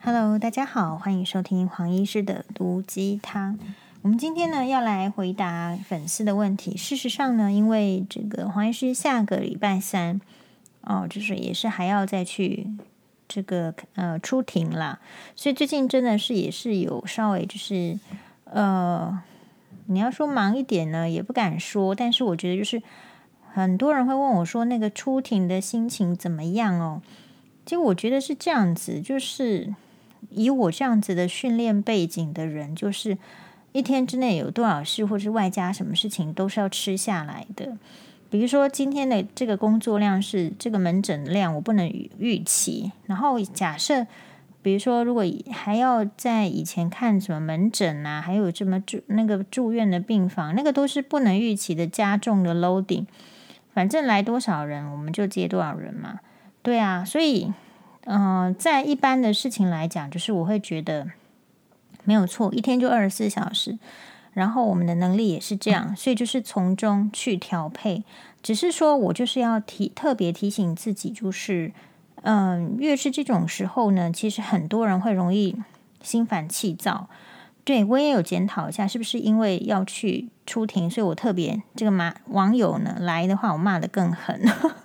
Hello， 大家好，欢迎收听黄医师的毒鸡汤。我们今天呢要来回答粉丝的问题。事实上呢，因为这个黄医师下个礼拜三就是也是还要再去这个出庭啦，所以最近真的是也是有稍微就是你要说忙一点呢，也不敢说，但是我觉得就是很多人会问我说那个出庭的心情怎么样哦。其实我觉得是这样子，就是以我这样子的训练背景的人，就是一天之内有多少事，或是外加什么事情，都是要吃下来的。比如说今天的这个工作量是这个门诊量，我不能预期。然后假设，比如说如果还要在以前看什么门诊啊，还有这么那个住院的病房，那个都是不能预期的加重的 loading。反正来多少人，我们就接多少人嘛。对啊，所以在一般的事情来讲，就是我会觉得没有错，一天就24小时，然后我们的能力也是这样，所以就是从中去调配。只是说我就是要特别提醒自己，就是越是这种时候呢，其实很多人会容易心烦气躁。对，我也有检讨一下，是不是因为要去出庭，所以我特别这个网友呢来的话，我骂得更狠。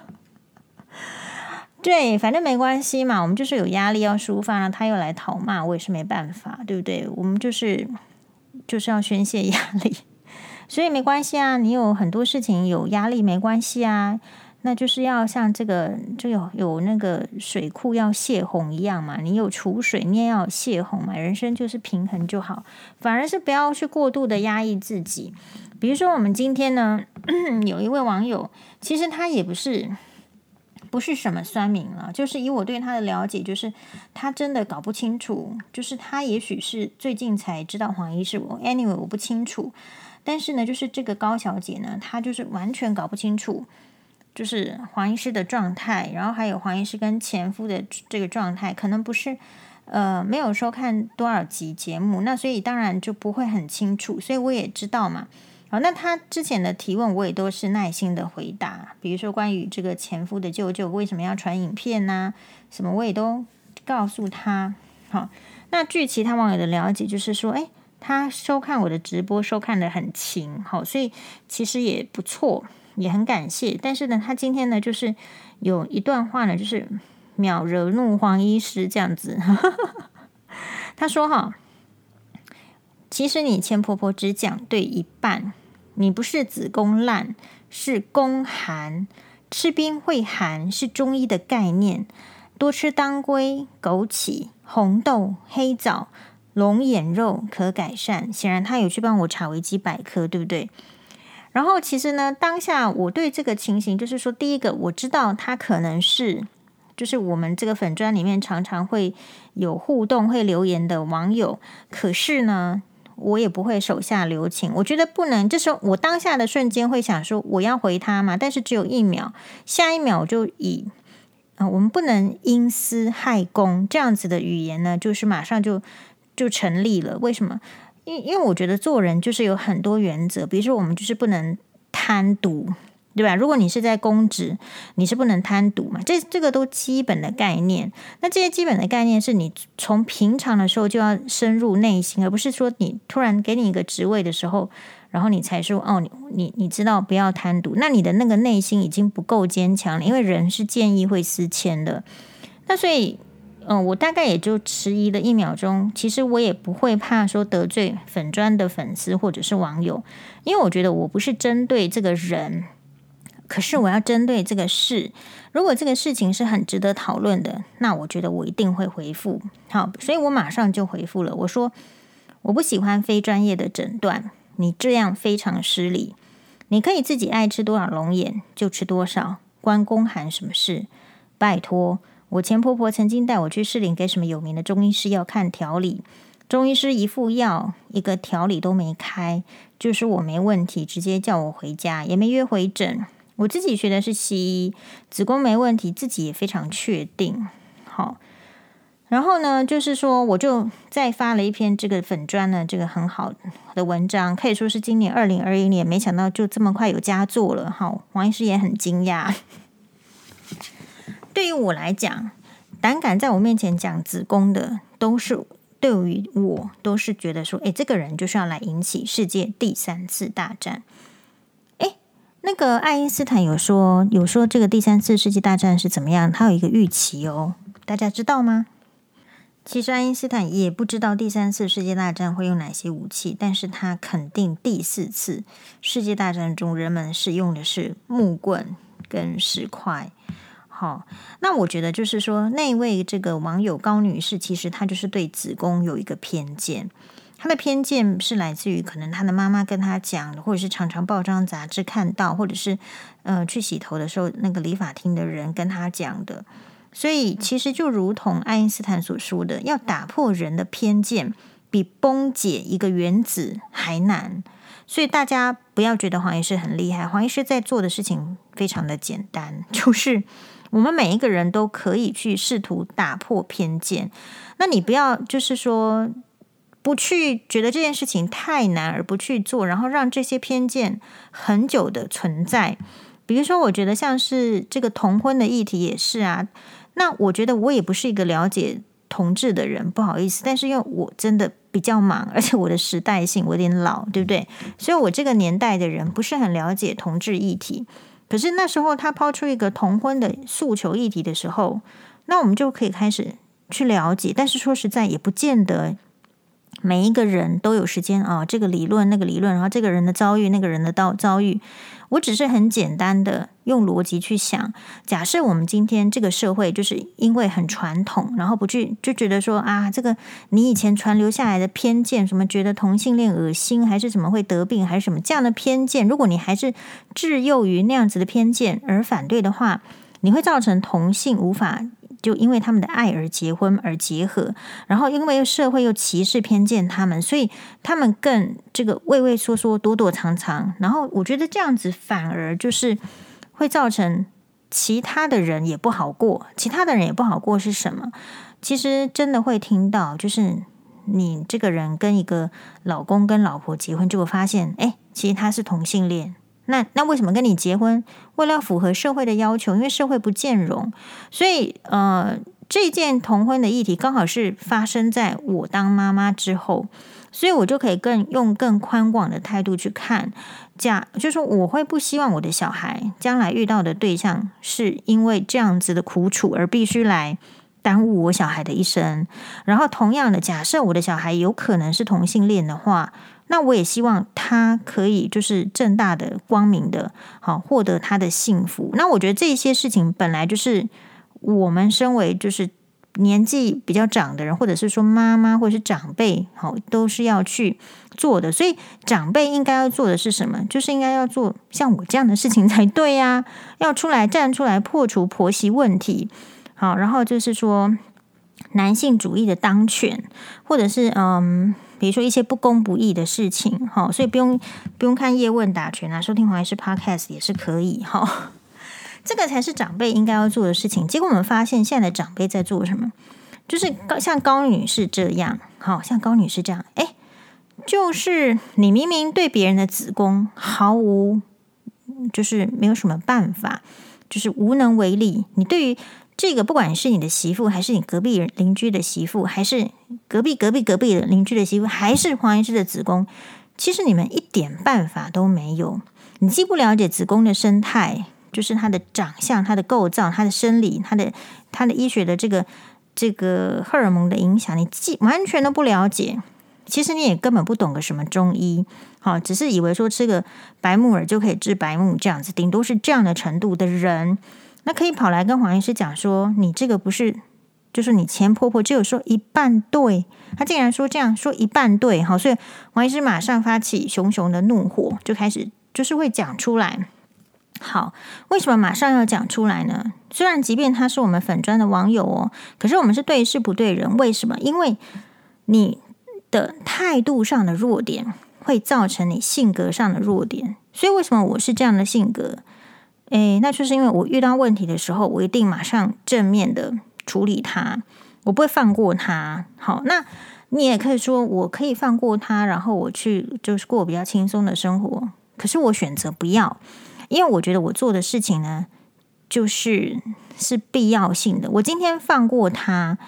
对，反正没关系嘛，我们就是有压力要抒发，然后他又来讨骂，我也是没办法，对不对？我们就是要宣泄压力，所以没关系啊。你有很多事情有压力没关系啊，那就是要像这个就有那个水库要泄洪一样嘛，你有储水，你也要有泄洪嘛。人生就是平衡就好，反而是不要去过度的压抑自己。比如说我们今天呢，有一位网友，其实他也不是什么酸民了，就是以我对他的了解，就是他真的搞不清楚，就是他也许是最近才知道黄医师，anyway 我不清楚，但是呢，就是这个高小姐呢，她就是完全搞不清楚，就是黄医师的状态，然后还有黄医师跟前夫的这个状态，可能不是没有收看多少集节目，那所以当然就不会很清楚，所以我也知道嘛。好，那他之前的提问我也都是耐心的回答，比如说关于这个前夫的舅舅为什么要传影片啊，什么我也都告诉他。好，那据其他网友的了解，就是说，他收看我的直播收看得很勤，好，所以其实也不错，也很感谢。但是呢，他今天呢，就是有一段话呢，就是秒惹怒黄医师这样子。他说其实你前婆婆只讲对一半，你不是子宫烂，是宫寒，吃冰会寒是中医的概念，多吃当归、枸杞、红豆、黑枣、龙眼肉可改善。显然他有去帮我查维基百科，对不对？然后其实呢，当下我对这个情形就是说，第一个我知道他可能是就是我们这个粉专里面常常会有互动会留言的网友，可是呢我也不会手下留情，我觉得不能。这时候我当下的瞬间会想说我要回他嘛，但是只有1秒，下一秒我就我们不能因私害公这样子的语言呢，就是马上就成立了。为什么？因为我觉得做人就是有很多原则，比如说我们就是不能贪渎，对吧？如果你是在公职，你是不能贪渎嘛，这个都基本的概念。那这些基本的概念是你从平常的时候就要深入内心，而不是说你突然给你一个职位的时候，然后你才说你知道不要贪渎，那你的那个内心已经不够坚强了，因为人是见异会思迁的。那所以我大概也就迟疑了1秒钟，其实我也不会怕说得罪粉专的粉丝或者是网友，因为我觉得我不是针对这个人，可是我要针对这个事。如果这个事情是很值得讨论的，那我觉得我一定会回复。好，所以我马上就回复了，我说我不喜欢非专业的诊断，你这样非常失礼。你可以自己爱吃多少龙眼就吃多少，关公寒什么事？拜托，我前婆婆曾经带我去士林给什么有名的中医师要看调理，中医师一副药一个调理都没开，就说我没问题，直接叫我回家，也没约回诊。我自己学的是西医，子宫没问题，自己也非常确定。好，然后呢，就是说我就再发了一篇这个粉专呢，这个很好的文章，可以说是今年2021年，没想到就这么快有佳作了。好，黄医师也很惊讶。对于我来讲，胆敢在我面前讲子宫的， 都是对于我都是觉得说，这个人就是要来引起世界第3次大战。那个爱因斯坦有说这个第3次世界大战是怎么样，他有一个预期哦，大家知道吗？其实爱因斯坦也不知道第3次世界大战会用哪些武器，但是他肯定第4次世界大战中人们是用的是木棍跟石块。好，那我觉得就是说，那位这个网友高女士，其实她就是对子宫有一个偏见。她的偏见是来自于可能她的妈妈跟她讲的，或者是常常报章杂志看到，或者是去洗头的时候那个理发厅的人跟她讲的。所以其实就如同爱因斯坦所说的，要打破人的偏见比崩解一个原子还难。所以大家不要觉得黄医师很厉害，黄医师在做的事情非常的简单，就是我们每一个人都可以去试图打破偏见。那你不要就是说不去觉得这件事情太难而不去做，然后让这些偏见很久的存在。比如说我觉得像是这个同婚的议题也是啊，那我觉得我也不是一个了解同志的人，不好意思，但是因为我真的比较忙，而且我的时代性我有点老，对不对？所以我这个年代的人不是很了解同志议题。可是那时候他抛出一个同婚的诉求议题的时候，那我们就可以开始去了解。但是说实在也不见得每一个人都有时间这个理论那个理论，然后这个人的遭遇那个人的遭遇，我只是很简单的用逻辑去想。假设我们今天这个社会就是因为很传统，然后不去就觉得说这个你以前传留下来的偏见，什么觉得同性恋恶心，还是什么会得病，还是什么这样的偏见，如果你还是置囿于那样子的偏见而反对的话，你会造成同性无法就因为他们的爱而结婚而结合，然后因为社会又歧视偏见他们，所以他们更这个畏畏缩缩躲躲藏藏，然后我觉得这样子反而就是会造成其他的人也不好过。其他的人也不好过是什么？其实真的会听到就是你这个人跟一个老公跟老婆结婚，结果发现其实他是同性恋，那为什么跟你结婚？为了要符合社会的要求，因为社会不兼容，所以这件同婚的议题刚好是发生在我当妈妈之后，所以我就可以用更宽广的态度去看，就是说我会不希望我的小孩将来遇到的对象是因为这样子的苦楚而必须来耽误我小孩的一生。然后同样的，假设我的小孩有可能是同性恋的话，那我也希望他可以就是正大的光明的获得他的幸福。那我觉得这些事情本来就是我们身为就是年纪比较长的人，或者是说妈妈或者是长辈都是要去做的。所以长辈应该要做的是什么？就是应该要做像我这样的事情才对啊，要站出来破除婆媳问题。好，然后就是说男性主义的当权，或者是比如说一些不公不义的事情，所以不用看叶问打拳啊，收听黄医师 podcast 也是可以这个才是长辈应该要做的事情。结果我们发现现在的长辈在做什么？就是像高女士这样，像高女士这样，就是你明明对别人的子宫毫无，就是没有什么办法，就是无能为力。你对于这个，不管是你的媳妇，还是你隔壁邻居的媳妇，还是隔壁的邻居的媳妇，还是黄医师的子宫，其实你们一点办法都没有。你既不了解子宫的生态，就是它的长相、它的构造、它的生理、它的医学的这个荷尔蒙的影响，你完全都不了解。其实你也根本不懂个什么中医，只是以为说吃个白木耳就可以治白目这样子，顶多是这样的程度的人，那可以跑来跟黄医师讲说，你这个不是，就是你前婆婆只有说一半对，他竟然说这样说一半对，所以黄医师马上发起熊熊的怒火，就开始就是会讲出来。好，为什么马上要讲出来呢？虽然即便他是我们粉专的网友可是我们是对事不对人。为什么？因为你的态度上的弱点会造成你性格上的弱点。所以为什么我是这样的性格？那就是因为我遇到问题的时候，我一定马上正面的处理它，我不会放过它。好，那你也可以说我可以放过它，然后我去就是过比较轻松的生活。可是我选择不要，因为我觉得我做的事情呢，是必要性的。我今天放过它，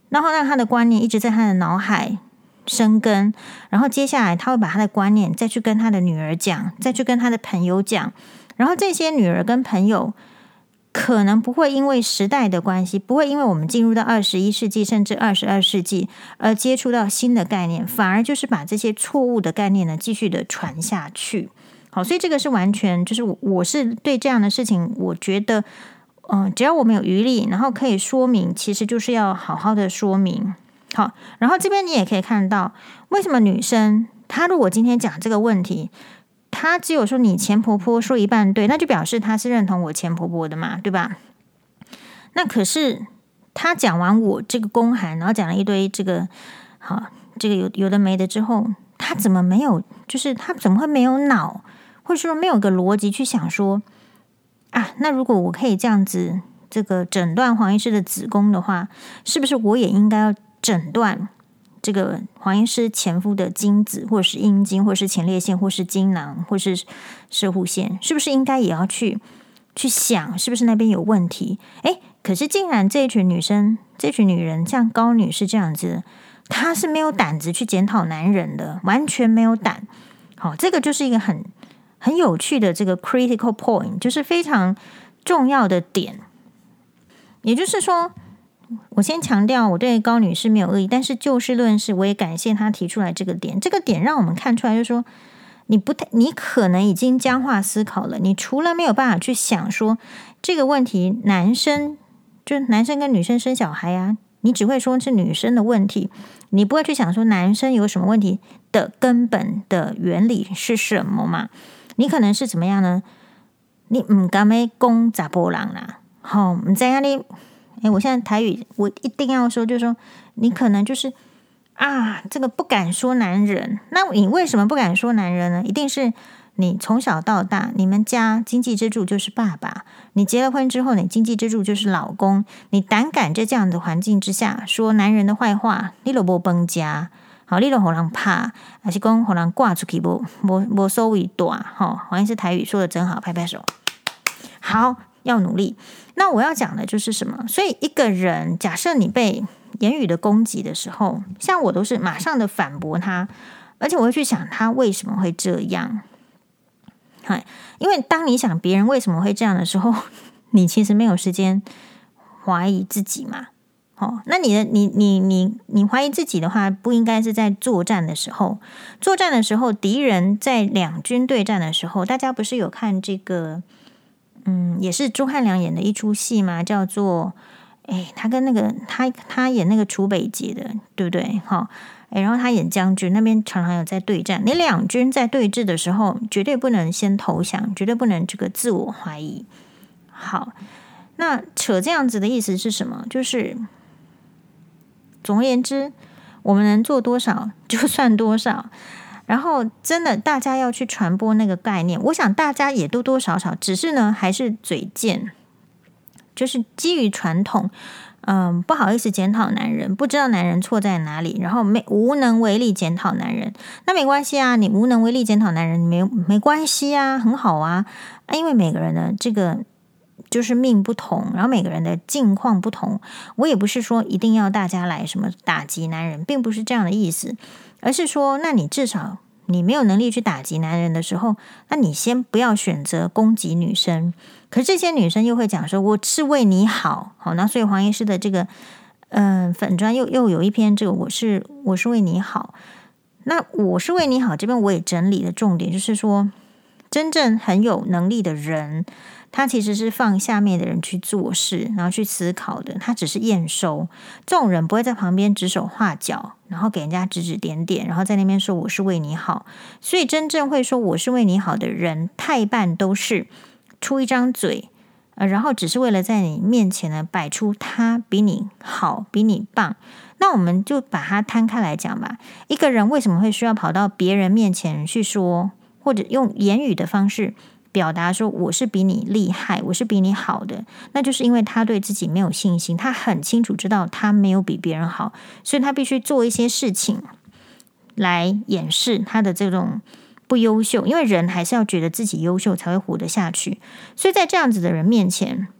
然后让他的观念一直在他的脑海生根，然后接下来他会把他的观念再去跟他的女儿讲，再去跟他的朋友讲，然后这些女儿跟朋友可能不会因为时代的关系，不会因为我们进入到21世纪甚至22世纪而接触到新的概念，反而就是把这些错误的概念呢继续的传下去。好，所以这个是完全就是我是对这样的事情，我觉得只要我们有余力，然后可以说明，其实就是要好好的说明。好，然后这边你也可以看到，为什么女生她如果今天讲这个问题，她只有说你前婆婆说一半对，那就表示她是认同我前婆婆的嘛，对吧？那可是她讲完我这个公函，然后讲了一堆这个这个有的没的之后，她怎么没有？就是她怎么会没有脑，或者说没有个逻辑去想说啊？那如果我可以这样子这个诊断黄医师的子宫的话，是不是我也应该要诊断这个黄医师前夫的精子，或者是阴茎，或者是前列腺，或是精囊，或是射护腺，是不是应该也要去想，是不是那边有问题？可是竟然这群女生，这群女人，像高女士这样子，她是没有胆子去检讨男人的，完全没有胆。好，这个就是一个很有趣的这个 critical point， 就是非常重要的点。也就是说，我先强调，我对高女士没有恶意，但是就事论事，我也感谢她提出来这个点。这个点让我们看出来，就是说，你可能已经僵化思考了。你除了没有办法去想说这个问题，男生跟女生生小孩啊，你只会说是女生的问题，你不会去想说男生有什么问题的根本的原理是什么嘛？你可能是怎么样呢？你唔敢要讲查甫人啦，好，唔知啊你。我现在台语我一定要说，就是说你可能就是这个不敢说男人。那你为什么不敢说男人呢？一定是你从小到大，你们家经济支柱就是爸爸，你结了婚之后，你经济支柱就是老公，你胆敢在这样的环境之下说男人的坏话，你都无崩家，好，你都让人怕，还是讲让人挂出去，无所谓大，好像是台语说的真好，拍拍手。好，要努力。那我要讲的就是什么？所以一个人，假设你被言语的攻击的时候，像我都是马上的反驳他，而且我会去想他为什么会这样。因为当你想别人为什么会这样的时候，你其实没有时间怀疑自己嘛。那你怀疑自己的话，不应该是在作战的时候。作战的时候，敌人在两军对战的时候，大家不是有看这个？也是钟汉良演的一出戏嘛，叫做他跟那个他演那个楚北捷的，对不对？然后他演将军，那边常常有在对战。你两军在对峙的时候，绝对不能先投降，绝对不能这个自我怀疑。好，那扯这样子的意思是什么？就是总而言之，我们能做多少就算多少。然后真的大家要去传播那个概念，我想大家也多多少少，只是呢还是嘴贱，就是基于传统，不好意思检讨男人，不知道男人错在哪里，然后无能为力检讨男人。那没关系啊，你无能为力检讨男人没关系啊，很好啊，因为每个人的这个就是命不同，然后每个人的境况不同，我也不是说一定要大家来什么打击男人，并不是这样的意思。而是说，那你至少你没有能力去打击男人的时候，那你先不要选择攻击女生。可是这些女生又会讲说，我是为你好，好，那所以黄医师的这个粉专又有一篇这个我是为你好。那我是为你好这边我也整理了重点，就是说真正很有能力的人，他其实是放下面的人去做事，然后去思考的，他只是验收。这种人不会在旁边指手画脚，然后给人家指指点点，然后在那边说我是为你好。所以真正会说我是为你好的人，太半都是出一张嘴，然后只是为了在你面前呢摆出他比你好，比你棒。那我们就把它摊开来讲吧。一个人为什么会需要跑到别人面前去说，或者用言语的方式表达说我是比你厉害，我是比你好的，那就是因为他对自己没有信心，他很清楚知道他没有比别人好，所以他必须做一些事情来掩饰他的这种不优秀，因为人还是要觉得自己优秀才会活得下去。所以在这样子的人面前，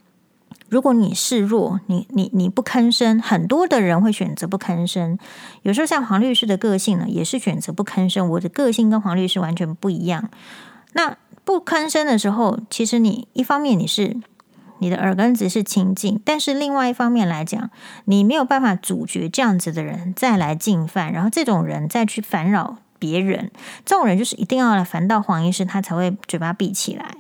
如果你示弱，你不吭声，很多的人会选择不吭声。有时候像黄律师的个性呢，也是选择不吭声。我的个性跟黄律师完全不一样。那不吭声的时候，其实你一方面你的耳根子是清净，但是另外一方面来讲，你没有办法阻绝这样子的人再来进犯，然后这种人再去烦扰别人，这种人就是一定要来烦到黄医师，他才会嘴巴闭起来。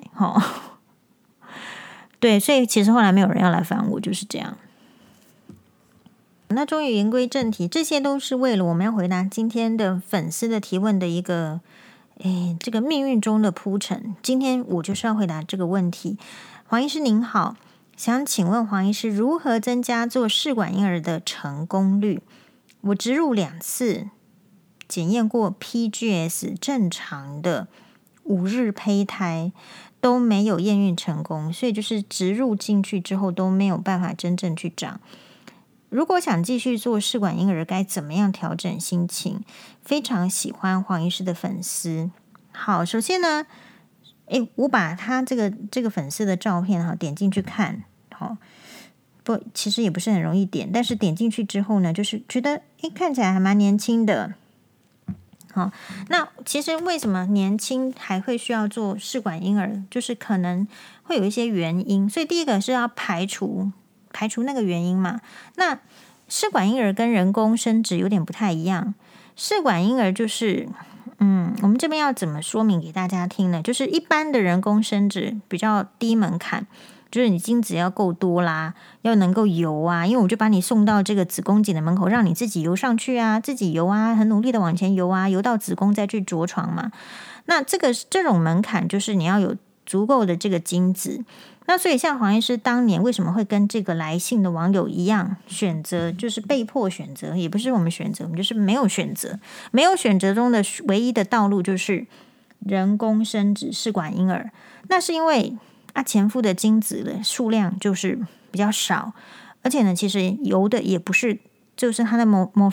对，所以其实后来没有人要来烦我，就是这样。那终于言归正题，这些都是为了我们要回答今天的粉丝的提问的一个这个命运中的铺陈。今天我就是要回答这个问题。黄医师您好，想请问黄医师如何增加做试管婴儿的成功率？我植入2次，检验过 PGS 正常的5日胚胎都没有验孕成功，所以就是植入进去之后都没有办法真正去长。如果想继续做试管婴儿，该怎么样调整心情？非常喜欢黄医师的粉丝。好，首先呢，我把他这个粉丝的照片点进去看，不，其实也不是很容易点，但是点进去之后呢，就是觉得看起来还蛮年轻的。好，那其实为什么年轻还会需要做试管婴儿？就是可能会有一些原因，所以第一个是要排除那个原因嘛。那试管婴儿跟人工生殖有点不太一样，试管婴儿就是我们这边要怎么说明给大家听呢？就是一般的人工生殖比较低门槛，就是你精子要够多啦，要能够游啊，因为我就把你送到这个子宫颈的门口，让你自己游上去啊，自己游啊，很努力的往前游啊，游到子宫再去着床嘛。那这种门槛就是你要有足够的这个精子。那所以像黄医师当年为什么会跟这个来信的网友一样选择，就是被迫选择，也不是我们选择，我们就是没有选择，没有选择中的唯一的道路就是人工生殖试管婴儿。那是因为前夫的精子的数量就是比较少，而且呢，其实游的也不是，就是它的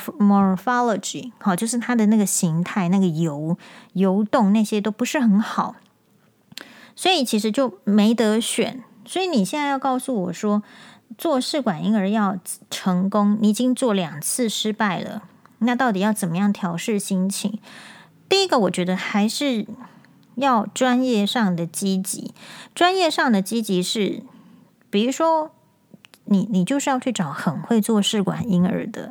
morphology 好，就是它的那个形态、那个游动那些都不是很好，所以其实就没得选。所以你现在要告诉我说，做试管婴儿要成功，你已经做2次失败了，那到底要怎么样调试心情？第一个，我觉得还是要专业上的积极。专业上的积极是，比如说你就是要去找很会做试管婴儿的，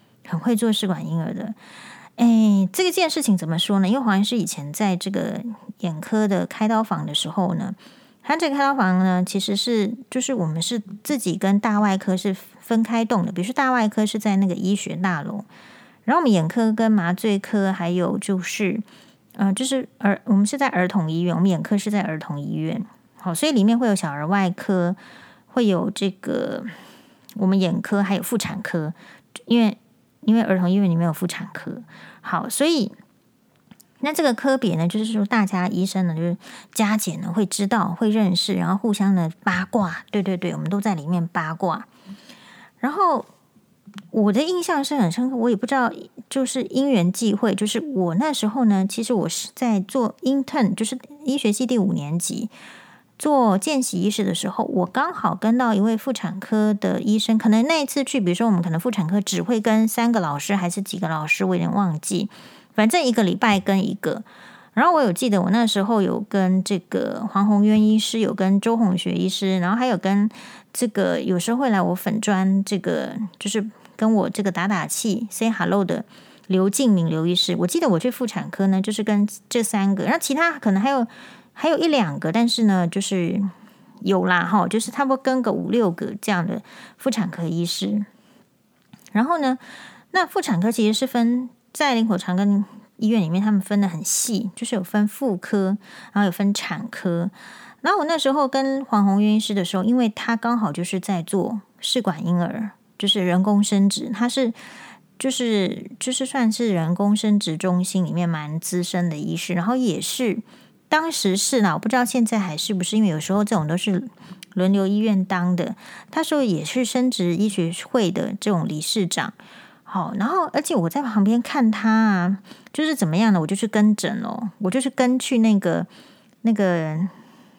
这件事情怎么说呢？因为黄医师以前在这个眼科的开刀房的时候呢，他这个开刀房呢，其实就是我们是自己跟大外科是分开动的。比如说大外科是在那个医学大楼，然后我们眼科跟麻醉科还有就是我们是在儿童医院，我们眼科是在儿童医院。好，所以里面会有小儿外科，会有这个我们眼科还有妇产科，因为儿童医院里面有妇产科。好，所以那这个科别呢，就是说大家医生呢，就是家姐呢会知道、会认识，然后互相的八卦。对，我们都在里面八卦。然后我的印象是很深刻，我也不知道，就是因缘际会，就是我那时候呢，其实我是在做 intern， 就是医学系第5年级做见习医师的时候，我刚好跟到一位妇产科的医生。可能那一次去，比如说我们可能妇产科只会跟3个老师还是几个老师，我有点忘记，反正1个礼拜跟1个。然后我有记得我那时候有跟这个黄宏渊医师，有跟周宏学医师，然后还有跟这个有时候会来我粉专这个就是跟我这个打气 say hello 的刘敬明刘医师。我记得我去妇产科呢，就是跟这3个，然后其他可能还有1-2个，但是呢就是有啦哈，就是差不多跟个5-6个这样的妇产科医师。然后呢，那妇产科其实是分在林口长庚医院里面，他们分得很细，就是有分妇科，然后有分产科。然后我那时候跟黄宏渊医师的时候，因为他刚好就是在做试管婴儿，就是人工生殖，他是就是算是人工生殖中心里面蛮资深的医师，然后也是当时是啦，我不知道现在还是不是，因为有时候这种都是轮流医院当的。他说也是生殖医学会的这种理事长。好，然后而且我在旁边看他啊，就是怎么样呢？我就去跟诊咯，我就是跟去那个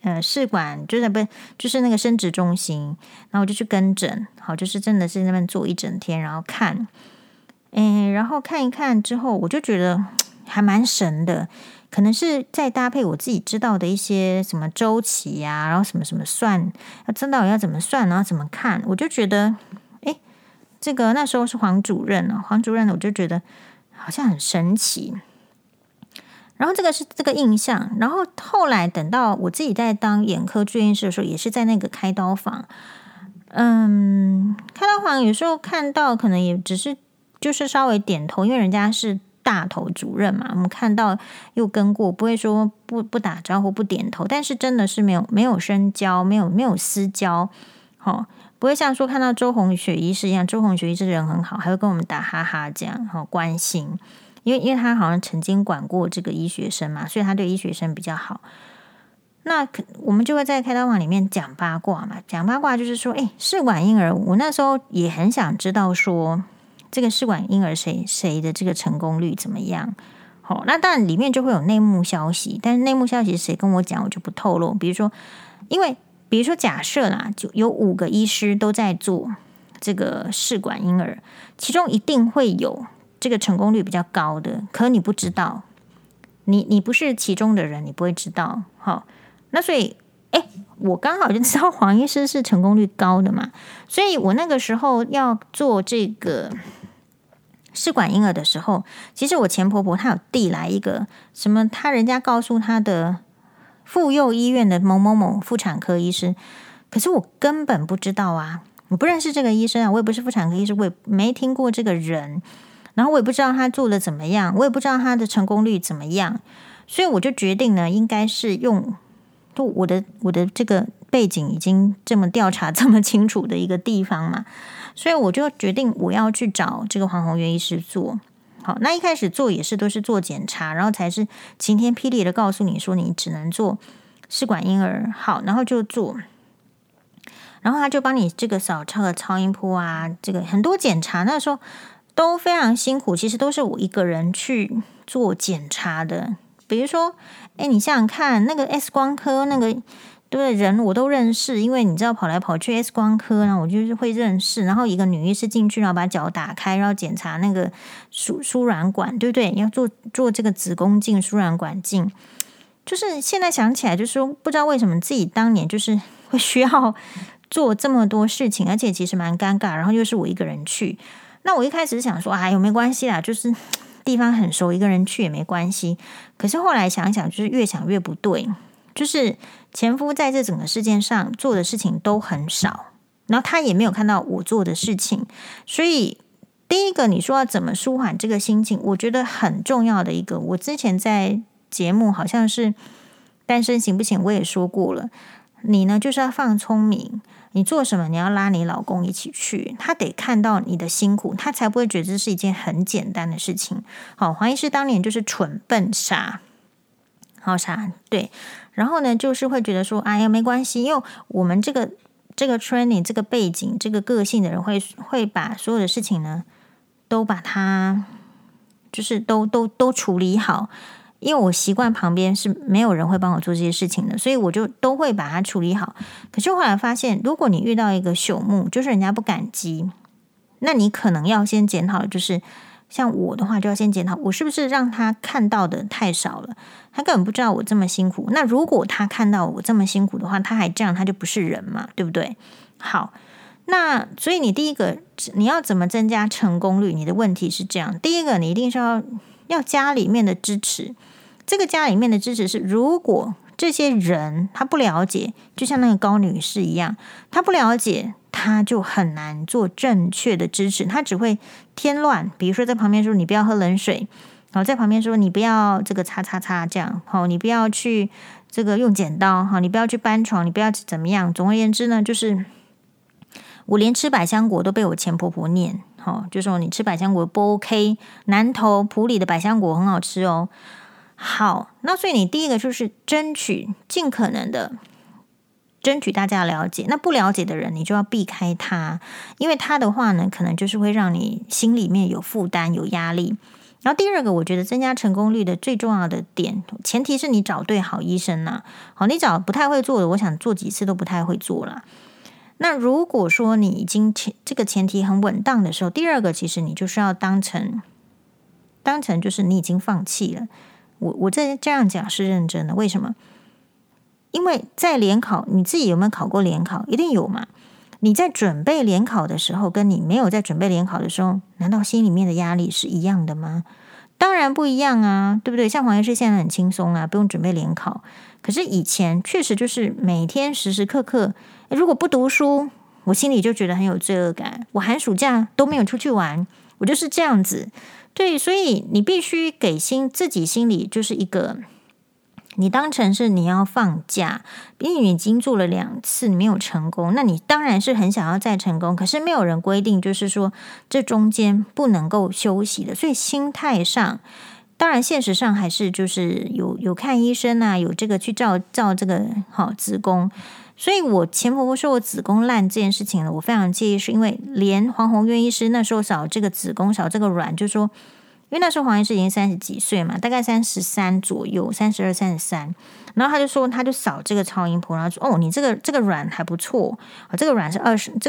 试管就是那个生殖中心，然后我就去跟诊，好，就是真的是在那边坐一整天，然后看，然后看一看之后，我就觉得还蛮神的，可能是再搭配我自己知道的一些什么周期啊，然后什么什么算，要知道要怎么算，然后怎么看，我就觉得，这个那时候是黄主任我就觉得好像很神奇。然后这个是这个印象，然后后来等到我自己在当眼科住院医师的时候，也是在那个开刀房。开刀房有时候看到可能也只是就是稍微点头，因为人家是大头主任嘛，我们看到又跟过，不会说不打招呼不点头，但是真的是没有深交，没有私交，不会像说看到周红雪医师一样，周红雪医师人很好，还会跟我们打哈哈这样，关心。因为他好像曾经管过这个医学生嘛，所以他对医学生比较好。那我们就会在开刀房里面讲八卦嘛，讲八卦就是说，试管婴儿，我那时候也很想知道说，这个试管婴儿谁的这个成功率怎么样？那当然里面就会有内幕消息，但是内幕消息谁跟我讲，我就不透露。比如说假设啦，就有5个医师都在做这个试管婴儿，其中一定会有这个成功率比较高的，可你不知道，你不是其中的人，你不会知道。好，那所以，我刚好就知道黄医师是成功率高的嘛，所以我那个时候要做这个试管婴儿的时候，其实我前婆婆她有递来一个什么，人家告诉她的妇幼医院的某某某妇产科医师，可是我根本不知道啊，我不认识这个医生啊，我也不是妇产科医师，我也没听过这个人。然后我也不知道他做的怎么样，我也不知道他的成功率怎么样，所以我就决定呢，应该是用我的这个背景已经这么调查这么清楚的一个地方嘛，所以我就决定我要去找这个黄宏源医师做。好，那一开始做也是都是做检查，然后才是晴天霹雳的告诉你说你只能做试管婴儿。好，然后就做，然后他就帮你这个扫这个超音波啊，这个很多检查，那时候都非常辛苦，其实都是我一个人去做检查的。比如说，你想想看，那个 X 光科那个对人我都认识，因为你知道跑来跑去 X 光科，然后我就是会认识。然后一个女医师进去，然后把脚打开，然后检查那个输卵管，对不对？要做这个子宫镜、输卵管镜。就是现在想起来，就是说不知道为什么自己当年就是会需要做这么多事情，而且其实蛮尴尬。然后又是我一个人去。那我一开始是想说，有没关系啦，就是地方很熟，一个人去也没关系。可是后来想一想，就是越想越不对。就是前夫在这整个事件上做的事情都很少，然后他也没有看到我做的事情。所以第一个，你说要怎么舒缓这个心情，我觉得很重要的一个，我之前在节目好像是单身行不行，我也说过了。你呢，就是要放聪明。你做什么，你要拉你老公一起去，他得看到你的辛苦，他才不会觉得这是一件很简单的事情。好，黄医师当年就是蠢笨傻，好傻，对。然后呢，就是会觉得说，没关系，因为我们这个 training 这个背景、这个个性的人会把所有的事情呢，都把它就是都处理好。因为我习惯旁边是没有人会帮我做这些事情的，所以我就都会把它处理好。可是后来发现，如果你遇到一个朽木，就是人家不感激，那你可能要先检讨的就是像我的话，就要先检讨我是不是让他看到的太少了，他根本不知道我这么辛苦。那如果他看到我这么辛苦的话，他还这样，他就不是人嘛，对不对？好，那所以你第一个你要怎么增加成功率？你的问题是这样，第一个你一定是要家里面的支持。这个家里面的支持是，如果这些人他不了解，就像那个高女士一样，他不了解，他就很难做正确的支持，他只会添乱。比如说在旁边说你不要喝冷水，好，在旁边说你不要这个擦擦擦这样，好，你不要去这个用剪刀，好，你不要去搬床，你不要怎么样。总而言之呢，就是我连吃百香果都被我前婆婆念，好，就说你吃百香果不 OK， 南投埔里的百香果很好吃哦。好，那所以你第一个就是尽可能的争取大家了解，那不了解的人你就要避开他，因为他的话呢，可能就是会让你心里面有负担、有压力。 然后第二个，我觉得增加成功率的最重要的点，前提是你找对好医生啦。好，你找不太会做的，我想做几次都不太会做啦。那如果说你已经这个前提很稳当的时候，第二个其实你就是要当成就是你已经放弃了。我这样讲是认真的，为什么？因为在联考，你自己有没有考过联考？一定有嘛。你在准备联考的时候，跟你没有在准备联考的时候，难道心里面的压力是一样的吗？当然不一样啊，对不对？像黄医师现在很轻松啊，不用准备联考。可是以前确实就是每天时时刻刻，如果不读书，我心里就觉得很有罪恶感。我寒暑假都没有出去玩，我就是这样子。对，所以你必须给自己心里就是一个。你当成是你要放假，因为你已经做了2次没有成功，那你当然是很想要再成功，可是没有人规定就是说这中间不能够休息的，所以心态上，当然现实上还是就是有看医生啊，有这个去照这个子宫，所以我前婆婆说我子宫烂这件事情呢，我非常介意，是因为连黄宏渊医师那时候扫这个子宫扫这个卵，就说。因为那时候黄医师已经30几岁嘛，大概33左右，32、33，然后他就说，他就扫这个超音波，然后说，哦，你这个卵还不错，这个卵是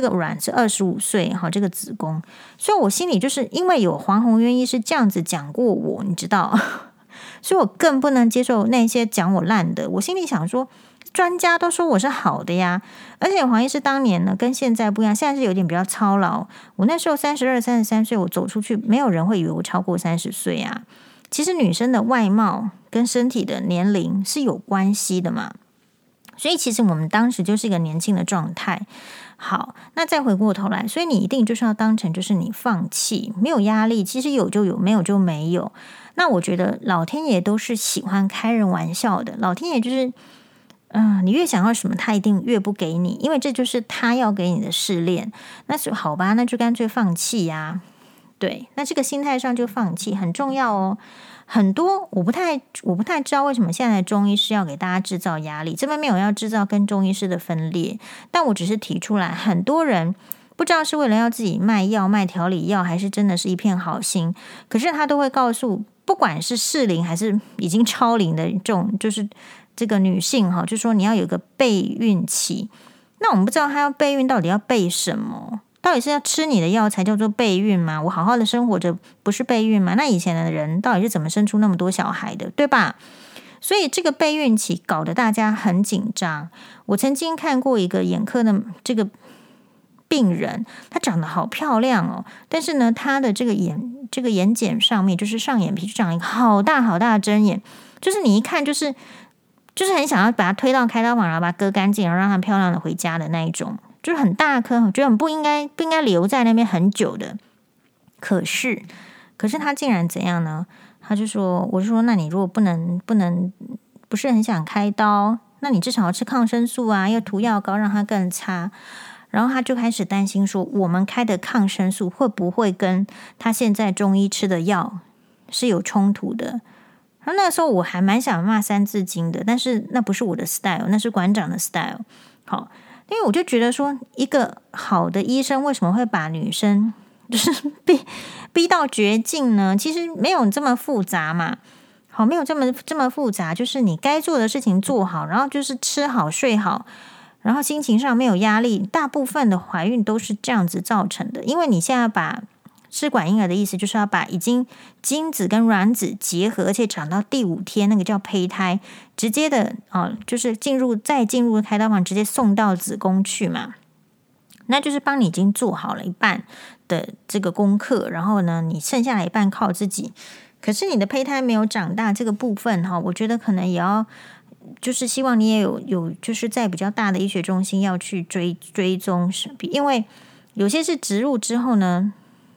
25岁，这个子宫，所以我心里就是因为有黄宏渊医师这样子讲过我，你知道，所以我更不能接受那些讲我烂的，我心里想说。专家都说我是好的呀，而且黄医师当年呢跟现在不一样，现在是有点比较操劳。我那时候32、33岁，我走出去，没有人会以为我超过30岁啊。其实女生的外貌跟身体的年龄是有关系的嘛，所以其实我们当时就是一个年轻的状态。好，那再回过头来，所以你一定就是要当成就是你放弃，没有压力，其实有就有，没有就没有。那我觉得老天爷都是喜欢开人玩笑的，老天爷就是。你越想要什么，他一定越不给你，因为这就是他要给你的试炼。那就好吧，那就干脆放弃呀。对，那这个心态上就放弃很重要哦。很多我不太知道为什么现在的中医师要给大家制造压力，这边没有要制造跟中医师的分裂，但我只是提出来，很多人不知道是为了要自己卖药、卖调理药，还是真的是一片好心，可是他都会告诉，不管是适龄还是已经超龄的这种，就是这个女性就说你要有个备孕期。那我们不知道她要备孕到底要备什么？到底是要吃你的药才叫做备孕吗？我好好的生活着不是备孕吗？那以前的人到底是怎么生出那么多小孩的，对吧？所以这个备孕期搞得大家很紧张。我曾经看过一个眼科的这个病人，她长得好漂亮哦，但是呢，她的这个眼睑上面就是上眼皮就长一个好大好大的针眼，就是你一看就是很想要把它推到开刀房，然后把它割干净，然后让它漂亮的回家的那一种，就是很大颗，我觉得很不应该留在那边很久的。可是他竟然怎样呢？他就说，我就说，那你如果不是很想开刀，那你至少要吃抗生素啊，要涂药膏让它更差。然后他就开始担心说，我们开的抗生素会不会跟他现在中医吃的药是有冲突的？然后那时候我还蛮想骂三字经的，但是那不是我的 style， 那是馆长的 style。好，因为我就觉得说，一个好的医生为什么会把女生就是逼到绝境呢？其实没有这么复杂嘛。好，没有这么复杂，就是你该做的事情做好，然后就是吃好睡好，然后心情上没有压力。大部分的怀孕都是这样子造成的，因为你现在把试管婴儿的意思就是要把已经精子跟卵子结合，而且长到第5天，那个叫胚胎，直接的就是进入开刀房，直接送到子宫去嘛。那就是帮你已经做好了一半的这个功课，然后呢，你剩下来一半靠自己。可是你的胚胎没有长大这个部分我觉得可能也要，就是希望你也有就是在比较大的医学中心要去追踪，因为有些是植入之后呢。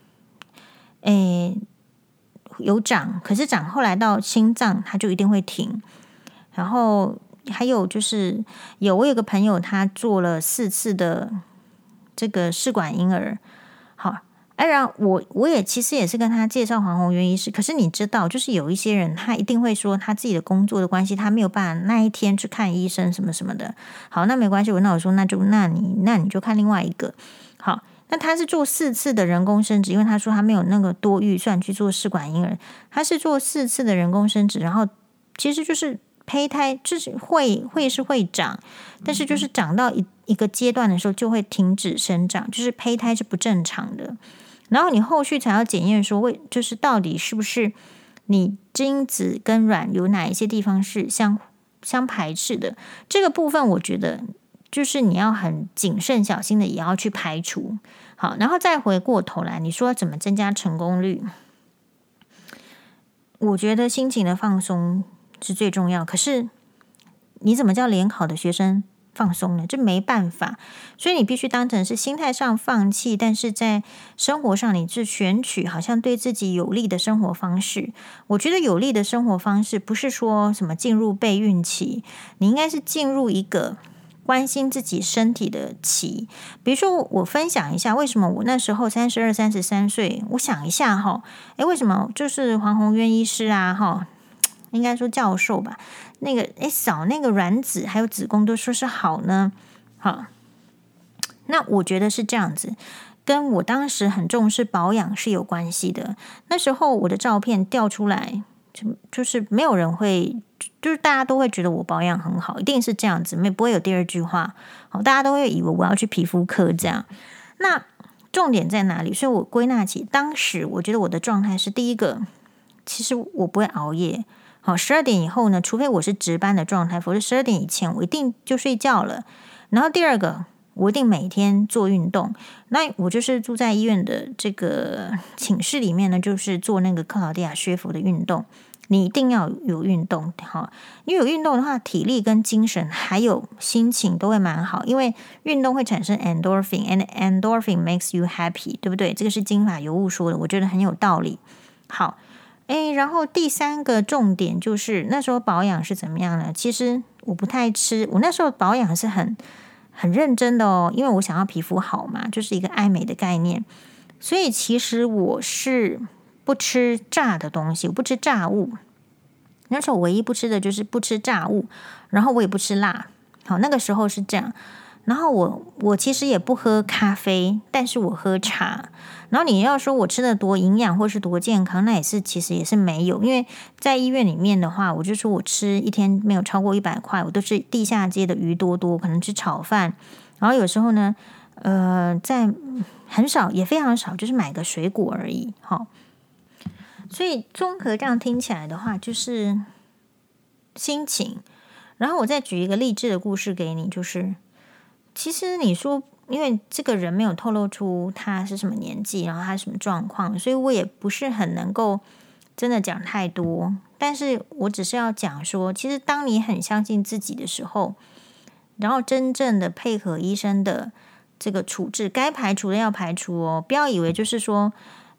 有长，可是长后来到心脏，它就一定会停。然后还有就是我有个朋友，他做了4次的这个试管婴儿。好，然后我也其实也是跟他介绍黄宏渊医师。可是你知道，就是有一些人他一定会说他自己的工作的关系，他没有办法那一天去看医生什么什么的。好，那没关系，那我说那你就看另外一个。好。 那他是做4次的人工生殖，因为他说他没有那个多预算去做试管婴儿，他是做4次的人工生殖，然后其实就是胚胎就是会长，但是就是长到一个阶段的时候就会停止生长，就是胚胎是不正常的。然后你后续才要检验说就是到底是不是你精子跟卵有哪一些地方是相排斥的，这个部分我觉得就是你要很谨慎小心的也要去排除。好，然后再回过头来，你说怎么增加成功率？我觉得心情的放松是最重要，可是你怎么叫联考的学生放松呢？这没办法，所以你必须当成是心态上放弃，但是在生活上你是选取好像对自己有利的生活方式。我觉得有利的生活方式不是说什么进入备孕期，你应该是进入一个关心自己身体的期。比如说我分享一下为什么我那时候32、33岁，我想一下为什么就是黄宏渊医师啊应该说教授吧，那个扫那个卵子还有子宫都说是好呢。好，那我觉得是这样子，跟我当时很重视保养是有关系的。那时候我的照片调出来，就是没有人会，就是大家都会觉得我保养很好，一定是这样子，不会有第二句话。好，大家都会以为我要去皮肤科这样。那重点在哪里？所以我归纳起，当时我觉得我的状态是第一个，其实我不会熬夜。好，12点以后呢，除非我是值班的状态，否则12点以前我一定就睡觉了。然后第二个，我一定每天做运动。那我就是住在医院的这个寝室里面呢，就是做那个克劳迪亚薛服的运动。你一定要有运动，因为有运动的话，体力跟精神还有心情都会蛮好，因为运动会产生 endorphin，and endorphin makes you happy， 对不对？这个是金发尤物说的，我觉得很有道理。好。然后第3个重点就是那时候保养是怎么样呢？其实我不太吃，我那时候保养是很认真的因为我想要皮肤好嘛，就是一个爱美的概念。所以其实我是不吃炸的东西，我不吃炸物。那时候我唯一不吃的就是不吃炸物，然后我也不吃辣。好，那个时候是这样。然后我其实也不喝咖啡，但是我喝茶。然后你要说我吃的多营养或是多健康，那其实也是没有，因为在医院里面的话，我就说我吃一天没有超过100块，我都是地下街的鱼多多，可能吃炒饭，然后有时候呢，在很少也非常少，就是买个水果而已。所以综合这样听起来的话，就是心情。然后我再举一个励志的故事给你，就是其实你说。因为这个人没有透露出他是什么年纪，然后他什么状况，所以我也不是很能够真的讲太多。但是我只是要讲说，其实当你很相信自己的时候，然后真正的配合医生的这个处置，该排除的要排除不要以为就是说，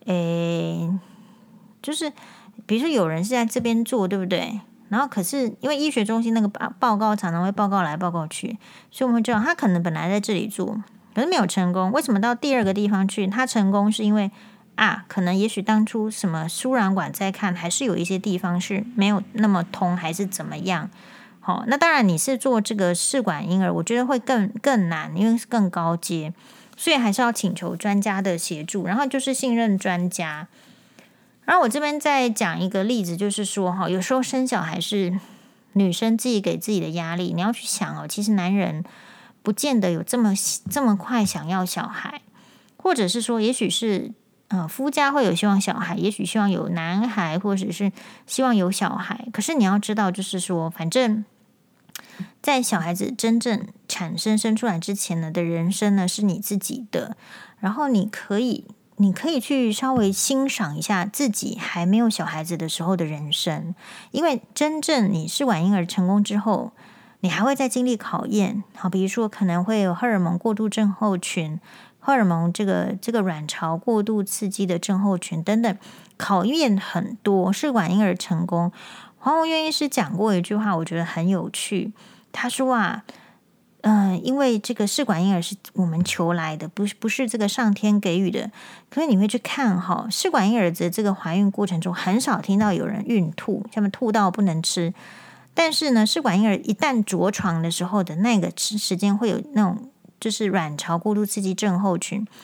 就是比如说有人是在这边做，对不对？然后可是因为医学中心那个报告常常会报告来报告去，所以我们会知道他可能本来在这里做。可是没有成功，为什么到第2个地方去？他成功是因为可能也许当初什么输卵管在看，还是有一些地方是没有那么通，还是怎么样？那当然你是做这个试管婴儿，我觉得会更难，因为是更高阶，所以还是要请求专家的协助，然后就是信任专家。然后我这边再讲一个例子，就是说有时候生小孩是女生自己给自己的压力，你要去想其实男人不见得有这么快想要小孩，或者是说，也许是夫家会有希望小孩，也许希望有男孩，或者是希望有小孩。可是你要知道，就是说，反正在小孩子真正生出来之前呢的人生呢是你自己的，然后你可以去稍微欣赏一下自己还没有小孩子的时候的人生，因为真正你试管婴儿成功之后。你还会再经历考验，好，比如说可能会有荷尔蒙过度症候群，荷尔蒙这个卵巢过度刺激的症候群等等，考验很多。试管婴儿成功，黄宏渊医师讲过一句话，我觉得很有趣。他说因为这个试管婴儿是我们求来的，不是这个上天给予的。可是你会去看试管婴儿的这个怀孕过程中，很少听到有人孕吐，下面吐到不能吃。但是呢，试管婴儿一旦着床的时候的那个时间会有那种就是卵巢过度刺激症候群，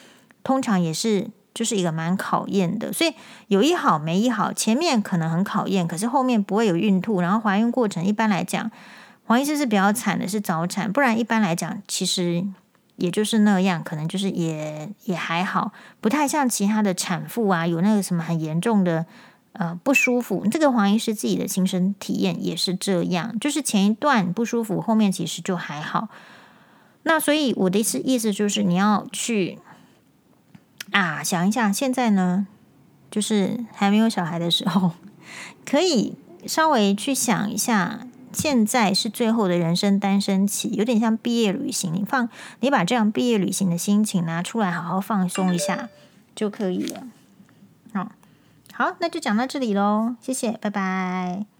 通常也是就是一个蛮考验的，所以有一好没一好，前面可能很考验，可是后面不会有孕吐，然后怀孕过程一般来讲，黄医师是比较惨的是早产，不然一般来讲其实也就是那样，可能就是也还好，不太像其他的产妇啊，有那个什么很严重的不舒服。这个黄医师自己的亲身体验也是这样，就是前一段不舒服，后面其实就还好。那所以我的意思就是你要去想一下，现在呢，就是还没有小孩的时候，可以稍微去想一下，现在是最后的人生单身期，有点像毕业旅行。你把这样毕业旅行的心情拿出来，好好放松一下就可以了。好，那就讲到这里咯，谢谢，拜拜。